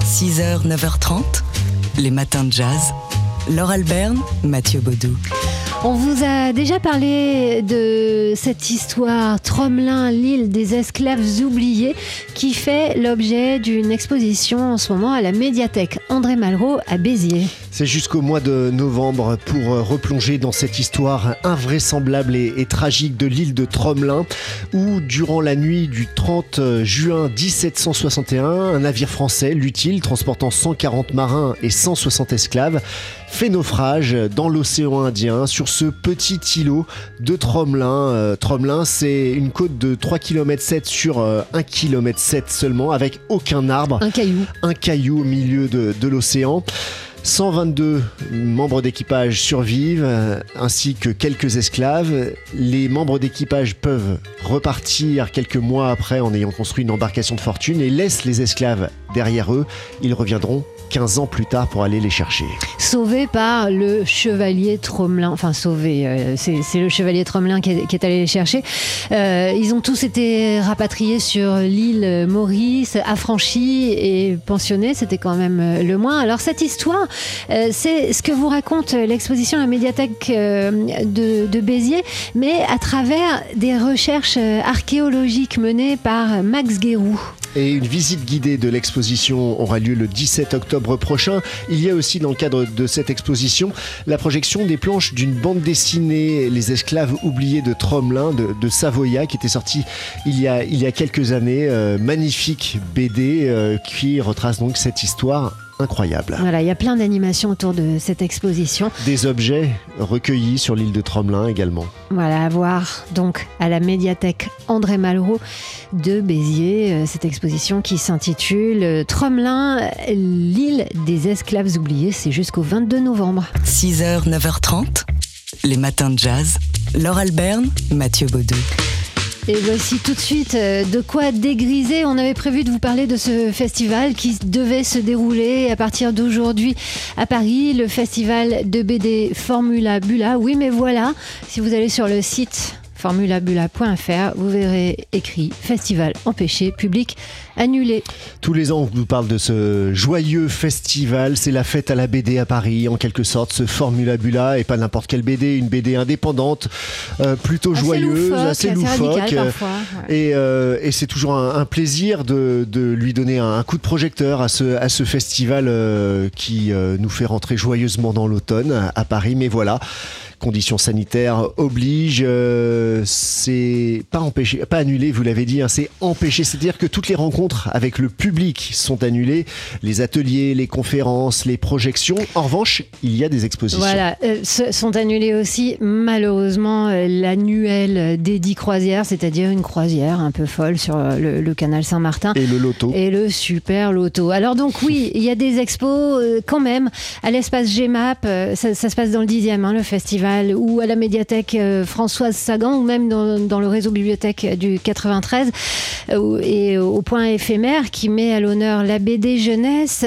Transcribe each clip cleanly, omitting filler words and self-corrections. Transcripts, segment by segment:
6h, 9h30, les matins de jazz. Laure Alberne, Mathieu Baudou. On vous a déjà parlé de cette histoire Tromelin, l'île des esclaves oubliés, qui fait l'objet d'une exposition en ce moment à la médiathèque André Malraux à Béziers. C'est jusqu'au mois de novembre pour replonger dans cette histoire invraisemblable et tragique de l'île de Tromelin, où durant la nuit du 30 juin 1761, un navire français, l'Utile, transportant 140 marins et 160 esclaves, fait naufrage dans l'océan Indien sur ce petit îlot de Tromelin. Tromelin, c'est une côte de 3,7 km sur 1,7 km seulement, avec aucun arbre. Un caillou au milieu de l'océan. 122 membres d'équipage survivent, ainsi que quelques esclaves. Les membres d'équipage peuvent repartir quelques mois après en ayant construit une embarcation de fortune et laissent les esclaves derrière eux. Ils reviendront 15 ans plus tard pour aller les chercher. Sauvé par le chevalier Tromelin, enfin sauvé, c'est le chevalier Tromelin qui est allé les chercher. Ils ont tous été rapatriés sur l'île Maurice, affranchis et pensionnés, c'était quand même le moins. Alors cette histoire, c'est ce que vous raconte l'exposition à la médiathèque de Béziers, mais à travers des recherches archéologiques menées par Max Guéroux. Et une visite guidée de l'exposition aura lieu le 17 octobre prochain. Il y a aussi dans le cadre de cette exposition la projection des planches d'une bande dessinée, Les esclaves oubliés de Tromelin, de Savoya, qui était sortie il y a quelques années. Magnifique BD qui retrace donc cette histoire incroyable. Voilà, il y a plein d'animations autour de cette exposition. Des objets recueillis sur l'île de Tromelin également. Voilà, à voir donc à la médiathèque André Malraux de Béziers, cette exposition qui s'intitule Tromelin, l'île des esclaves oubliés. C'est jusqu'au 22 novembre. 6h, 9h30, les matins de jazz. Laure Alberne, Mathieu Baudou. Et voici tout de suite de quoi dégriser. On avait prévu de vous parler de ce festival qui devait se dérouler à partir d'aujourd'hui à Paris, le festival de BD Formula Bula. Oui, mais voilà, si vous allez sur le site formulabula.fr, vous verrez écrit festival empêché, public annulé. Tous les ans, on vous parle de ce joyeux festival. C'est la fête à la BD à Paris, en quelque sorte, ce Formula Bula, et pas n'importe quelle BD, une BD indépendante, plutôt joyeuse, assez loufoque. Parfois, ouais. Et c'est toujours un plaisir de lui donner un coup de projecteur à ce festival qui nous fait rentrer joyeusement dans l'automne à Paris. Mais voilà, conditions sanitaires obligent, c'est pas empêché, pas annulé, vous l'avez dit, hein, c'est empêché. C'est-à-dire que toutes les rencontres avec le public sont annulées, les ateliers, les conférences, les projections. En revanche, il y a des expositions. Voilà, sont annulées aussi, malheureusement, l'annuel d'Eddy Croisière, c'est-à-dire une croisière un peu folle sur le canal Saint-Martin. Et le loto. Et le super loto. Alors donc oui, il y a des expos quand même à l'espace GEMAP, ça se passe dans le 10e, hein, le festival, ou à la médiathèque Françoise Sagan, ou même dans le réseau bibliothèque du 93, et au point éphémère qui met à l'honneur la BD jeunesse.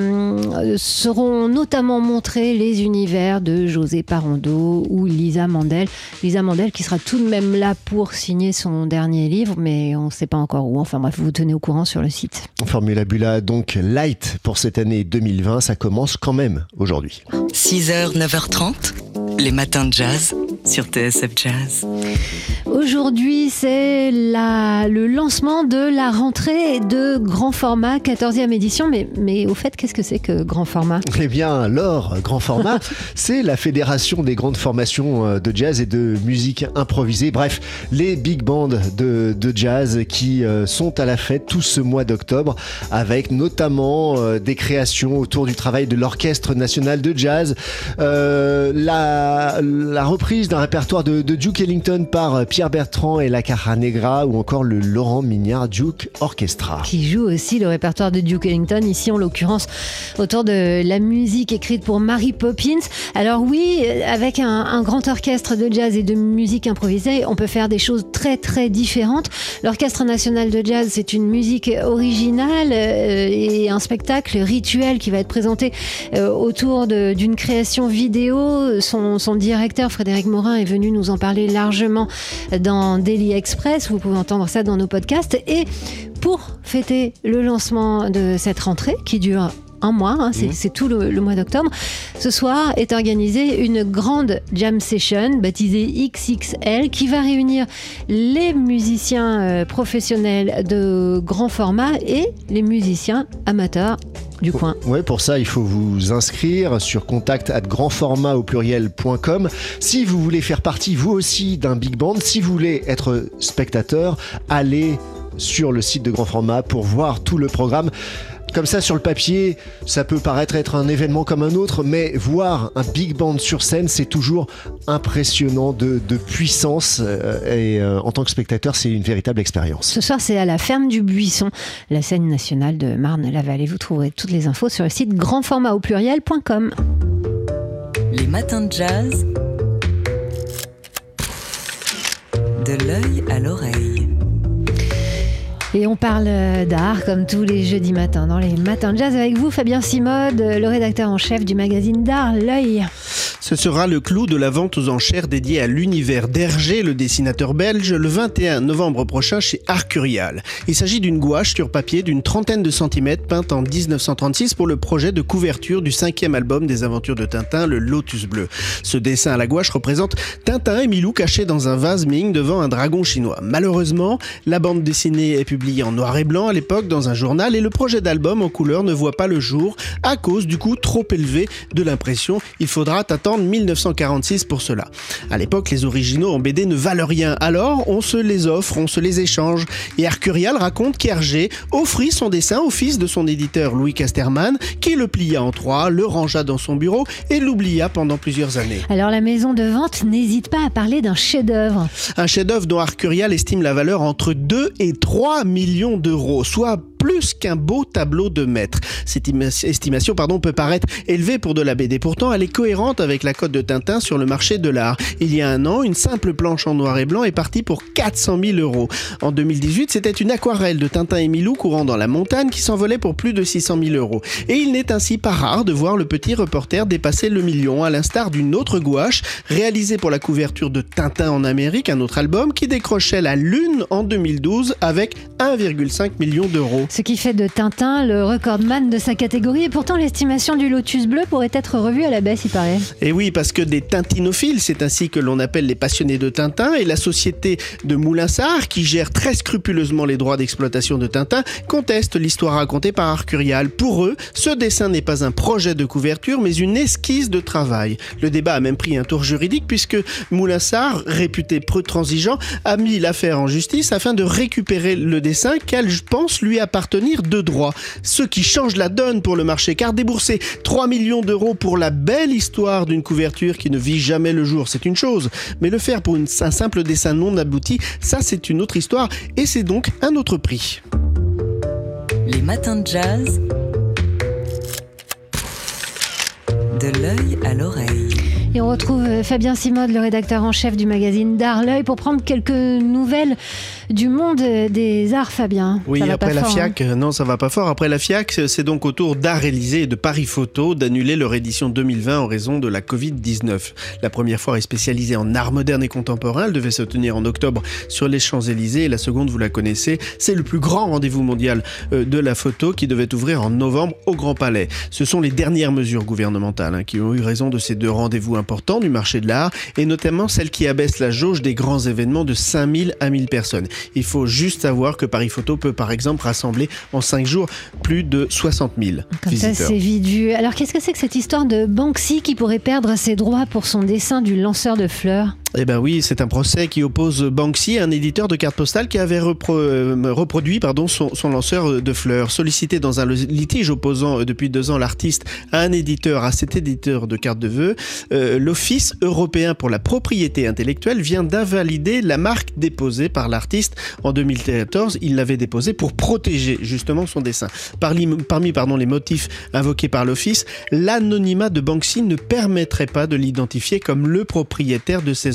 Seront notamment montrés les univers de José Parando ou Lisa Mandel. Lisa Mandel qui sera tout de même là pour signer son dernier livre, mais on ne sait pas encore où. Enfin bref, vous vous tenez au courant sur le site. Formula Bula, donc light pour cette année 2020, ça commence quand même aujourd'hui. 6h, 9h30, les matins de jazz sur TSF Jazz. Aujourd'hui, c'est le lancement de la rentrée de Grand Format, 14e édition. Mais au fait, qu'est-ce que c'est que Grand Format ? Eh bien, Laure, Grand Format, c'est la fédération des grandes formations de jazz et de musique improvisée. Bref, les big bands de jazz qui sont à la fête tout ce mois d'octobre, avec notamment des créations autour du travail de l'Orchestre national de jazz, la reprise d'un répertoire de Duke Ellington par Pierre Bertrand et la Caja Negra, ou encore le Laurent Mignard Duke Orchestra. Qui joue aussi le répertoire de Duke Ellington, ici en l'occurrence autour de la musique écrite pour Mary Poppins. Alors oui, avec un grand orchestre de jazz et de musique improvisée, on peut faire des choses très très différentes. L'Orchestre national de jazz, c'est une musique originale et un spectacle rituel qui va être présenté autour d'une création vidéo. Son directeur, Frédéric Morin, est venu nous en parler largement dans Daily Express. Vous pouvez entendre ça dans nos podcasts. Et pour fêter le lancement de cette rentrée qui dure un mois, c'est tout le mois d'octobre. Ce soir est organisée une grande jam session baptisée XXL qui va réunir les musiciens professionnels de grand format et les musiciens amateurs du coin. Ouais, pour ça, il faut vous inscrire sur contact@grandformat au pluriel.com. Si vous voulez faire partie, vous aussi, d'un big band, si vous voulez être spectateur, allez sur le site de Grand Format pour voir tout le programme. Comme ça, sur le papier, ça peut paraître être un événement comme un autre, mais voir un big band sur scène, c'est toujours impressionnant de puissance. Et en tant que spectateur, c'est une véritable expérience. Ce soir, c'est à la Ferme du Buisson, la scène nationale de Marne-la-Vallée. Vous trouverez toutes les infos sur le site grandformat au pluriel.com. Les matins de jazz. De l'œil à l'oreille. Et on parle d'art comme tous les jeudis matins dans les matins de jazz avec vous, Fabien Simode, le rédacteur en chef du magazine d'art L'Œil. Ce sera le clou de la vente aux enchères dédiée à l'univers d'Hergé, le dessinateur belge, le 21 novembre prochain chez Arcurial. Il s'agit d'une gouache sur papier d'une 30aine de centimètres peinte en 1936 pour le projet de couverture du 5e album des aventures de Tintin, le Lotus Bleu. Ce dessin à la gouache représente Tintin et Milou cachés dans un vase Ming devant un dragon chinois. Malheureusement, la bande dessinée est publiée en noir et blanc à l'époque dans un journal et le projet d'album en couleur ne voit pas le jour à cause du coût trop élevé de l'impression. Il faudra attendre 1946 pour cela. À l'époque, les originaux en BD ne valent rien, alors on se les offre, on se les échange. Et Arcurial raconte qu'Hergé offrit son dessin au fils de son éditeur Louis Casterman, qui le plia en 3, le rangea dans son bureau et l'oublia pendant plusieurs années. Alors la maison de vente n'hésite pas à parler d'un chef-d'œuvre. Un chef-d'œuvre dont Arcurial estime la valeur entre 2 et 3 millions d'euros, soit plus qu'un beau tableau de maître. Cette estimation peut paraître élevée pour de la BD. Pourtant, elle est cohérente avec la cote de Tintin sur le marché de l'art. Il y a un an, une simple planche en noir et blanc est partie pour 400 000 euros. En 2018, c'était une aquarelle de Tintin et Milou courant dans la montagne qui s'envolait pour plus de 600 000 euros. Et il n'est ainsi pas rare de voir le petit reporter dépasser le million, à l'instar d'une autre gouache réalisée pour la couverture de Tintin en Amérique, un autre album qui décrochait la Lune en 2012 avec 1,5 million d'euros. Ce qui fait de Tintin le recordman de sa catégorie. Et pourtant, l'estimation du Lotus Bleu pourrait être revue à la baisse, il paraît. Et oui, parce que des tintinophiles, c'est ainsi que l'on appelle les passionnés de Tintin, et la société de Moulinsart, qui gère très scrupuleusement les droits d'exploitation de Tintin, conteste l'histoire racontée par Arcurial. Pour eux, ce dessin n'est pas un projet de couverture, mais une esquisse de travail. Le débat a même pris un tour juridique, puisque Moulinsart, réputé peu transigeant, a mis l'affaire en justice afin de récupérer le dessin qu'elle pense lui appartenir de droit. Ce qui change la donne pour le marché, car débourser 3 millions d'euros pour la belle histoire d'une couverture qui ne vit jamais le jour, c'est une chose. Mais le faire pour un simple dessin non abouti, ça c'est une autre histoire et c'est donc un autre prix. Les matins de jazz. De l'œil à l'oreille. Et on retrouve Fabien Simode, le rédacteur en chef du magazine d'art L'Œil, pour prendre quelques nouvelles du monde des arts, Fabien. Oui, après la FIAC, non, ça va pas fort. Après la FIAC, c'est donc au tour d'Art Élysée et de Paris Photo d'annuler leur édition 2020 en raison de la Covid-19. La première foire est spécialisée en art moderne et contemporain. Elle devait se tenir en octobre sur les Champs-Élysées. Et la seconde, vous la connaissez, c'est le plus grand rendez-vous mondial de la photo qui devait ouvrir en novembre au Grand Palais. Ce sont les dernières mesures gouvernementales qui ont eu raison de ces deux rendez-vous importants du marché de l'art et notamment celle qui abaisse la jauge des grands événements de 5000 à 1000 personnes. Il faut juste savoir que Paris Photo peut par exemple rassembler en 5 jours plus de 60 000 visiteurs. Ça, c'est vite vu. Alors qu'est-ce que c'est que cette histoire de Banksy qui pourrait perdre ses droits pour son dessin du lanceur de fleurs ? Eh ben oui, c'est un procès qui oppose Banksy, un éditeur de cartes postales qui avait reproduit son lanceur de fleurs. Sollicité dans un litige opposant depuis 2 ans l'artiste à un éditeur, à cet éditeur de cartes de vœux, l'Office européen pour la propriété intellectuelle vient d'invalider la marque déposée par l'artiste en 2014. Il l'avait déposée pour protéger justement son dessin. Parmi les motifs invoqués par l'Office, l'anonymat de Banksy ne permettrait pas de l'identifier comme le propriétaire de ses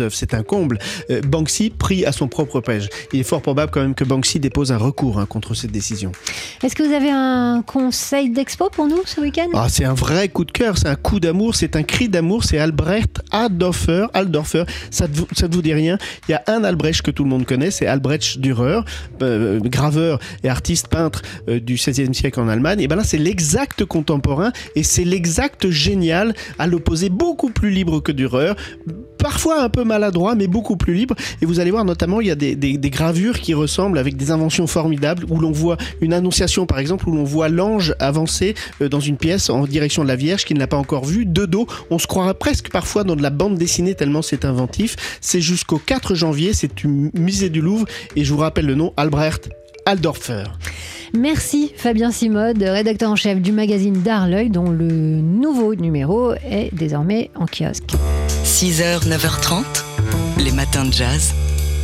œuvres. C'est un comble. Banksy pris à son propre piège. Il est fort probable quand même que Banksy dépose un recours contre cette décision. Est-ce que vous avez un conseil d'expo pour nous ce week-end ? C'est un vrai coup de cœur, c'est un coup d'amour, c'est un cri d'amour, c'est Albrecht Altdorfer. Ça ne vous dit rien. Il y a un Albrecht que tout le monde connaît, c'est Albrecht Dürer, graveur et artiste peintre du XVIe siècle en Allemagne. Et bien là, c'est l'exact contemporain et c'est l'exact génial, à l'opposé, beaucoup plus libre que Dürer, parfois un peu maladroit, mais beaucoup plus libre. Et vous allez voir, notamment, il y a des gravures qui ressemblent avec des inventions formidables, où l'on voit une annonciation, par exemple, où l'on voit l'ange avancer dans une pièce en direction de la Vierge qui ne l'a pas encore vue, de dos. On se croirait presque parfois dans de la bande dessinée tellement c'est inventif. C'est jusqu'au 4 janvier, c'est au musée du Louvre, et je vous rappelle le nom, Albrecht Altdorfer. Merci Fabien Simode, rédacteur en chef du magazine D'Art l'Œil, dont le nouveau numéro est désormais en kiosque. 6h, 9h30, les matins de jazz.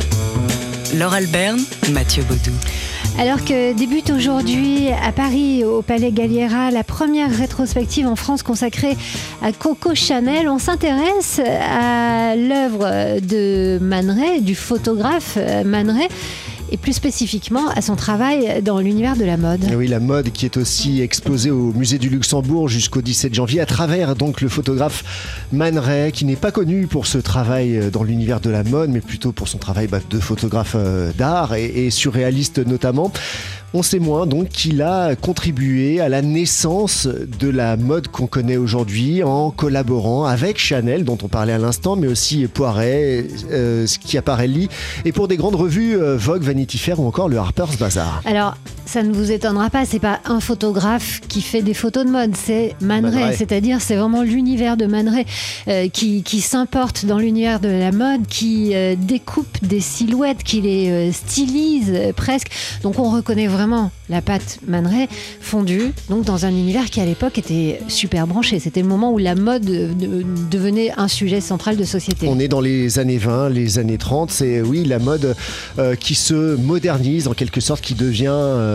Laure Alberne, Mathieu Baudou. Alors que débute aujourd'hui à Paris, au Palais Galliera, la première rétrospective en France consacrée à Coco Chanel, on s'intéresse à l'œuvre de Man Ray, du photographe Man Ray, et plus spécifiquement à son travail dans l'univers de la mode. Et oui, la mode qui est aussi exposée au musée du Luxembourg jusqu'au 17 janvier à travers donc le photographe Man Ray, qui n'est pas connu pour ce travail dans l'univers de la mode, mais plutôt pour son travail de photographe d'art et surréaliste notamment. On sait moins donc qu'il a contribué à la naissance de la mode qu'on connaît aujourd'hui en collaborant avec Chanel, dont on parlait à l'instant, mais aussi Poiret, Schiaparelli, et pour des grandes revues Vogue, Vanity Fair ou encore le Harper's Bazaar. Alors, ça ne vous étonnera pas, c'est pas un photographe qui fait des photos de mode, c'est Man Ray, c'est-à-dire c'est vraiment l'univers de Man Ray qui s'importe dans l'univers de la mode, qui découpe des silhouettes, qui les stylise presque. Donc on reconnaît vraiment la patte Man Ray fondue donc dans un univers qui à l'époque était super branché. C'était le moment où la mode devenait un sujet central de société. On est dans les années 20, les années 30, c'est la mode qui se modernise en quelque sorte, qui devient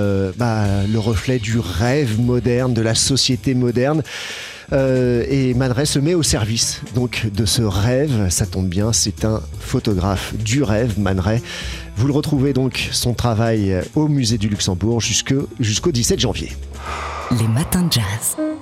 le reflet du rêve moderne, de la société moderne. Et Man Ray se met au service donc de ce rêve. Ça tombe bien, c'est un photographe du rêve, Man Ray. Vous le retrouvez donc, son travail, au musée du Luxembourg jusqu'au 17 janvier. Les matins de jazz.